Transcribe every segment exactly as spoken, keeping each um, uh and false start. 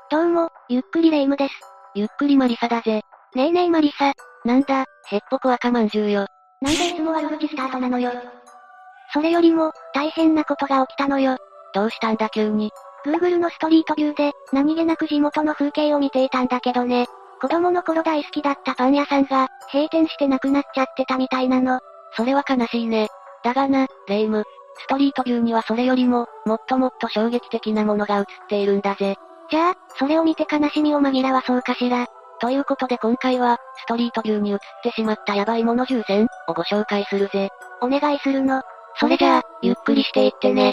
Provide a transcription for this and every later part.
どうも、ゆっくりレ夢ムです。 ゆっくりマリサだぜ。 ねえねえマリサ。 なんだ、へっぽこ赤まんじゅうよ。 なんでいつも悪口スタートなのよ。それよりも、大変なことが起きたのよ。 どうしたんだ急に。 Google のストリートビューで、何気なく地元の風景を見ていたんだけどね。子供の頃大好きだったパン屋さんが、閉店してなくなっちゃってたみたいなの。 それは悲しいね。だがな、レ夢ム。ストリートビューにはそれよりも、もっともっと衝撃的なものが映っているんだぜ。 じゃあ、それを見て悲しみを紛らわそうかしら。 ということで今回は、ストリートビューに映ってしまったヤバいものじゅうせんをご紹介するぜ。 お願いするの。 それじゃあ、ゆっくりしていってね。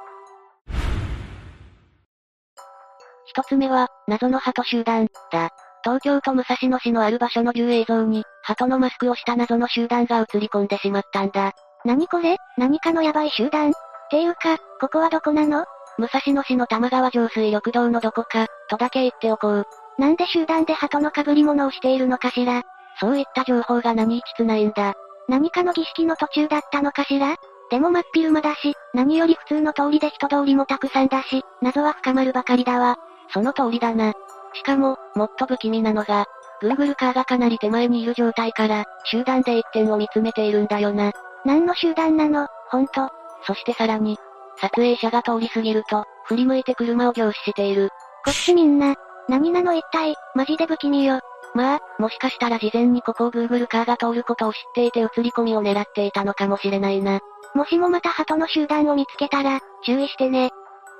一つ目は、謎の鳩集団、だ。東京都武蔵野市のある場所のビュー映像に、鳩のマスクをした謎の集団が映り込んでしまったんだ。 何これ？何かのヤバい集団？っていうか、ここはどこなの？ 武蔵野市の玉川上水緑道のどこか、とだけ言っておこう。 なんで集団で鳩の被り物をしているのかしら？ そういった情報が何一つないんだ。 何かの儀式の途中だったのかしら？でも真っ昼間だし、何より普通の通りで人通りもたくさんだし、謎は深まるばかりだわ。 その通りだな。しかも、もっと不気味なのが、Google カーがかなり手前にいる状態から、集団で一点を見つめているんだよな。 何の集団なの？ほんと。 そしてさらに、撮影者が通り過ぎると、振り向いて車を凝視している。 こっちみんな、何なの一体、マジで不気味よ。 まあ、もしかしたら事前にここを Google カーが通ることを知っていて映り込みを狙っていたのかもしれないな。 もしもまた鳩の集団を見つけたら、注意してね。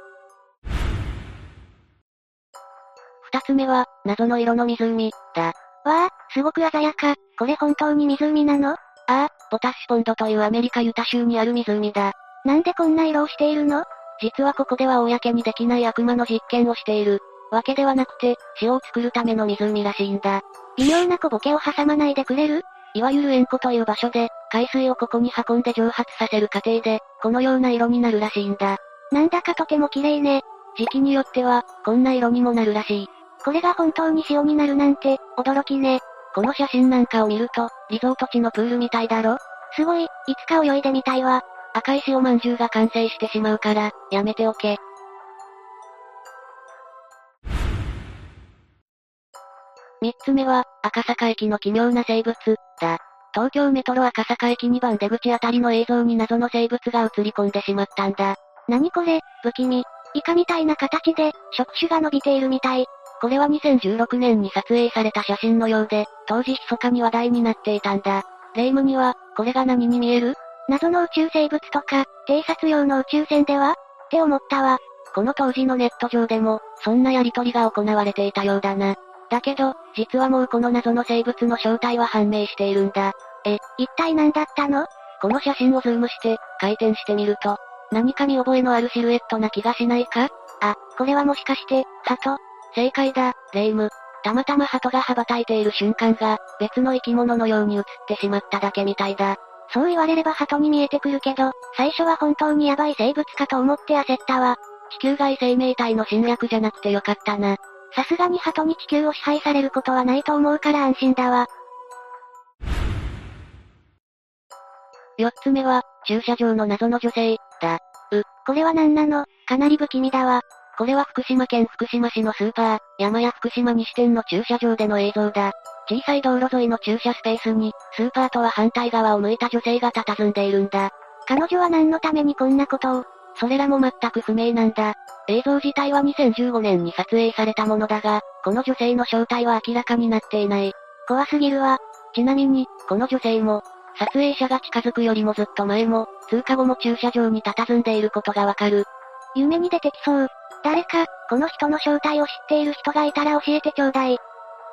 二つ目は、謎の色の湖、だ。 わあ、すごく鮮やか。これ本当に湖なの？ ああ、ポタッシュポンドというアメリカユタ州にある湖だ。 なんでこんな色をしているの？ 実はここでは公にできない悪魔の実験をしている。わけではなくて、塩を作るための湖らしいんだ。 微妙な小ボケを挟まないでくれる？ いわゆる塩湖という場所で、海水をここに運んで蒸発させる過程で、このような色になるらしいんだ。 なんだかとても綺麗ね。 時期によっては、こんな色にもなるらしい。 これが本当に塩になるなんて、驚きね。 この写真なんかを見ると、リゾート地のプールみたいだろ？ すごい、いつか泳いでみたいわ。 赤い塩まんじゅうが完成してしまうから、やめておけ。三つ目は、赤坂駅の奇妙な生物、だ。東京メトロ赤坂駅にばん出口あたりの映像に謎の生物が映り込んでしまったんだ。 何これ？不気味。イカみたいな形で、触手が伸びているみたい。 これはにせんじゅうろくねんに撮影された写真のようで、当時密かに話題になっていたんだ。レ夢ムには、これが何に見える？ 謎の宇宙生物とか、偵察用の宇宙船では？って思ったわ。 この当時のネット上でも、そんなやりとりが行われていたようだな。だけど、実はもうこの謎の生物の正体は判明しているんだ。 え、一体何だったの？ この写真をズームして、回転してみると、何か見覚えのあるシルエットな気がしないか？ あ、これはもしかして、鳩？ 正解だ、レ夢ム。たまたま鳩が羽ばたいている瞬間が、別の生き物のように映ってしまっただけみたいだ。 そう言われれば鳩に見えてくるけど、最初は本当にヤバい生物かと思って焦ったわ。 地球外生命体の侵略じゃなくてよかったな。 さすがに鳩に地球を支配されることはないと思うから安心だわ。 四つ目は、駐車場の謎の女性、だ。 う、これは何なの？かなり不気味だわ。 これは福島県福島市のスーパー、山屋福島西店の駐車場での映像だ。小さい道路沿いの駐車スペースに、スーパーとは反対側を向いた女性が佇んでいるんだ。 彼女は何のためにこんなことを？ それらも全く不明なんだ。映像自体はにせんじゅうごねんに撮影されたものだが、この女性の正体は明らかになっていない。 怖すぎるわ。 ちなみに、この女性も、撮影者が近づくよりもずっと前も、通過後も駐車場に佇んでいることがわかる。 夢に出てきそう。誰か、この人の正体を知っている人がいたら教えてちょうだい。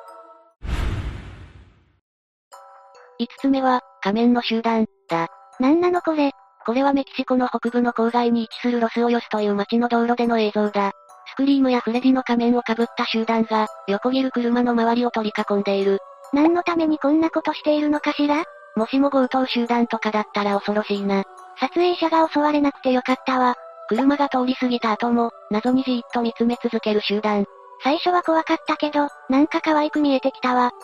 五つ目は、仮面の集団、だ。 なんなのこれ？ これはメキシコの北部の郊外に位置するロスオヨスという町の道路での映像だ。スクリームやフレディの仮面をかぶった集団が、横切る車の周りを取り囲んでいる。 何のためにこんなことしているのかしら？ もしも強盗集団とかだったら恐ろしいな。 撮影者が襲われなくてよかったわ。 車が通り過ぎた後も、謎にじーっと見つめ続ける集団。 最初は怖かったけど、なんか可愛く見えてきたわ。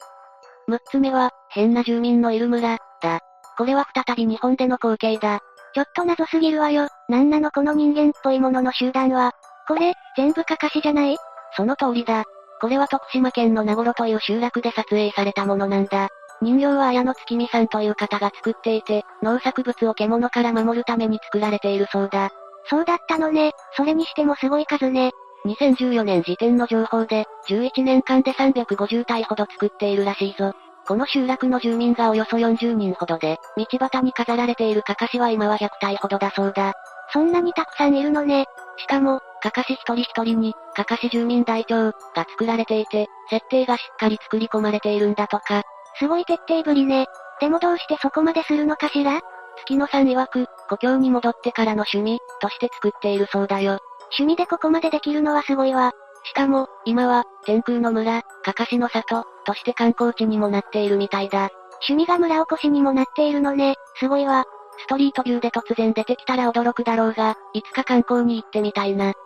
六つ目は、変な住民のいる村、だ。これは再び日本での光景だ。 ちょっと謎すぎるわよ。なんなのこの人間っぽいものの集団は。これ、全部かかしじゃない？ その通りだ。これは徳島県の名頃という集落で撮影されたものなんだ。人形は綾野月美さんという方が作っていて、農作物を獣から守るために作られているそうだ。 そうだったのね。それにしてもすごい数ね。 にせんじゅうよねん時点の情報で、じゅういちねんかんでさんびゃくごじゅうたいほど作っているらしいぞ。この集落の住民がおよそよんじゅうにんほどで、道端に飾られているかかしは今はひゃくたいほどだそうだ。 そんなにたくさんいるのね。 しかも、かかし一人一人に、かかし住民台帳が作られていて、設定がしっかり作り込まれているんだとか。 すごい徹底ぶりね。でもどうしてそこまでするのかしら？ 月野さん曰く、故郷に戻ってからの趣味、として作っているそうだよ。 趣味でここまでできるのはすごいわ。 しかも、今は、天空の村、かかしの里、として観光地にもなっているみたいだ。 趣味が村おこしにもなっているのね。すごいわ。 ストリートビューで突然出てきたら驚くだろうが、いつか観光に行ってみたいな。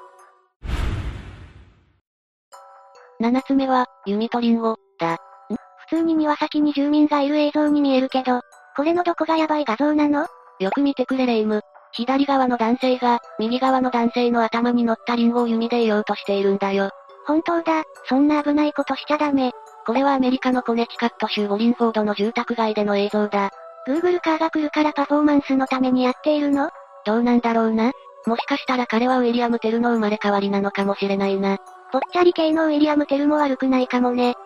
七つ目は、弓とリンゴ、だ。ん？ 普通に庭先に住民がいる映像に見えるけど、これのどこがヤバい画像なの？ よく見てくれレイム。左側の男性が、右側の男性の頭に乗ったリンゴを弓で得ようとしているんだよ。 本当だ、そんな危ないことしちゃダメ。 これはアメリカのコネチカット州ウォリンフォードの住宅街での映像だ。 Google カーが来るからパフォーマンスのためにやっているの？ どうなんだろうな。もしかしたら彼はウィリアム・テルの生まれ変わりなのかもしれないな。 ぽっちゃり系のウィリアム・テルも悪くないかもね。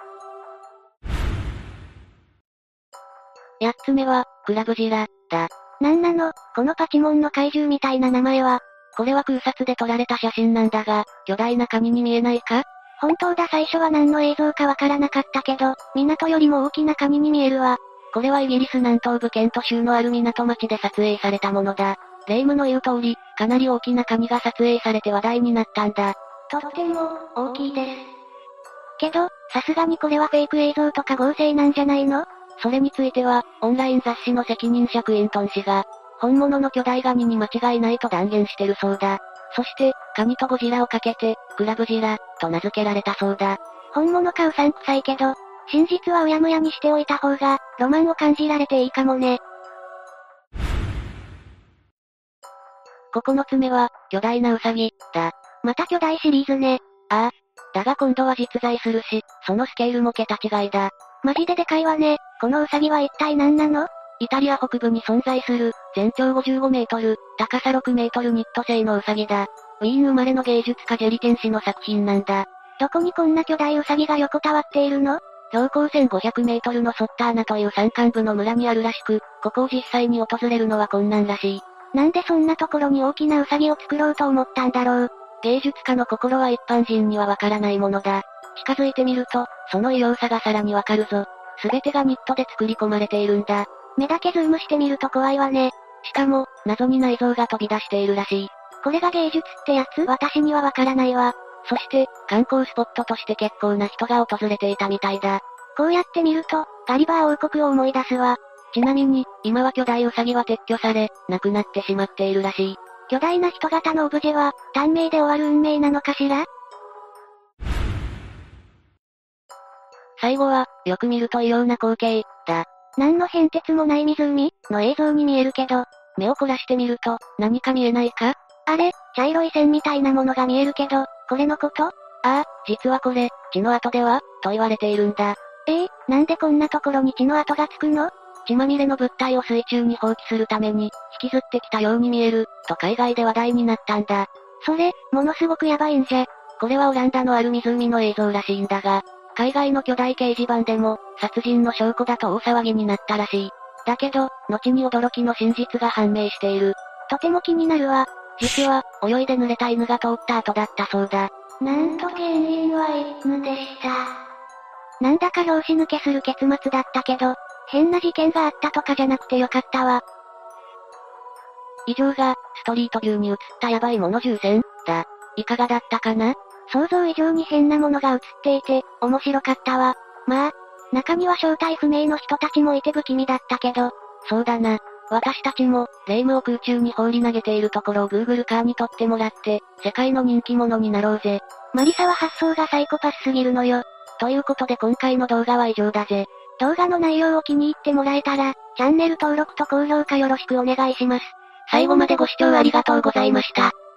八つ目は、クラブジラ、だ。 なんなの、このパチモンの怪獣みたいな名前は。 これは空撮で撮られた写真なんだが、巨大なカニに見えないか？ 本当だ最初は何の映像かわからなかったけど、港よりも大きなカニに見えるわ。 これはイギリス南東部ケント州のある港町で撮影されたものだ。レイムの言う通り、かなり大きなカニが撮影されて話題になったんだ。 とっても、大きいです。けど、さすがにこれはフェイク映像とか合成なんじゃないの？ それについては、オンライン雑誌の責任者クイントン氏が、本物の巨大ガニに間違いないと断言してるそうだ。そして、カニとゴジラをかけて、クラブジラ、と名付けられたそうだ。 本物かうさんくさいけど、真実はうやむやにしておいた方が、ロマンを感じられていいかもね。 九つ目は、巨大なウサギ、だ。 また巨大シリーズね。 ああ。だが今度は実在するし、そのスケールも桁違いだ。 マジででかいわね。このウサギは一体何なの？ イタリア北部に存在する、全長ごじゅうごメートル、高さろくメートルニット製のウサギだ。ウィーン生まれの芸術家ジェリテン氏の作品なんだ。 どこにこんな巨大ウサギが横たわっているの？ 標高せんごひゃくメートルのソッターナという山間部の村にあるらしく、ここを実際に訪れるのは困難らしい。 なんでそんなところに大きなウサギを作ろうと思ったんだろう。 芸術家の心は一般人にはわからないものだ。近づいてみると、その異様さがさらにわかるぞ。すべてがニットで作り込まれているんだ。 目だけズームしてみると怖いわね。 しかも、謎に内臓が飛び出しているらしい。 これが芸術ってやつ？私にはわからないわ。 そして、観光スポットとして結構な人が訪れていたみたいだ。 こうやって見ると、ガリバー王国を思い出すわ。 ちなみに、今は巨大ウサギは撤去され、なくなってしまっているらしい。 巨大な人型のオブジェは、短命で終わる運命なのかしら？ 最後は、よく見ると異様な光景、だ。 何の変哲もない湖の映像に見えるけど、 目を凝らしてみると、何か見えないか？ あれ、茶色い線みたいなものが見えるけど、これのこと？ああ、実はこれ、血の跡ではと言われているんだ。 ええー、なんでこんなところに血の跡がつくの？ 血まみれの物体を水中に放棄するために、引きずってきたように見える、と海外で話題になったんだ。 それ、ものすごくヤバいんじゃ。 これはオランダのある湖の映像らしいんだが、海外の巨大掲示板でも、殺人の証拠だと大騒ぎになったらしい。だけど、後に驚きの真実が判明している。 とても気になるわ。 実は、泳いで濡れた犬が通った後だったそうだ。 なんと原因は犬でした。なんだか拍子抜けする結末だったけど、変な事件があったとかじゃなくてよかったわ。 以上が、ストリートビューに映ったヤバいものじゅうせん、だ。いかがだったかな？ 想像以上に変なものが映っていて、面白かったわ。まあ、中には正体不明の人たちもいて不気味だったけど。 そうだな。私たちも、レイムを空中に放り投げているところを Google カーに撮ってもらって、世界の人気者になろうぜ。 マリサは発想がサイコパスすぎるのよ。 ということで今回の動画は以上だぜ。 動画の内容を気に入ってもらえたら、チャンネル登録と高評価よろしくお願いします。 最後までご視聴ありがとうございました。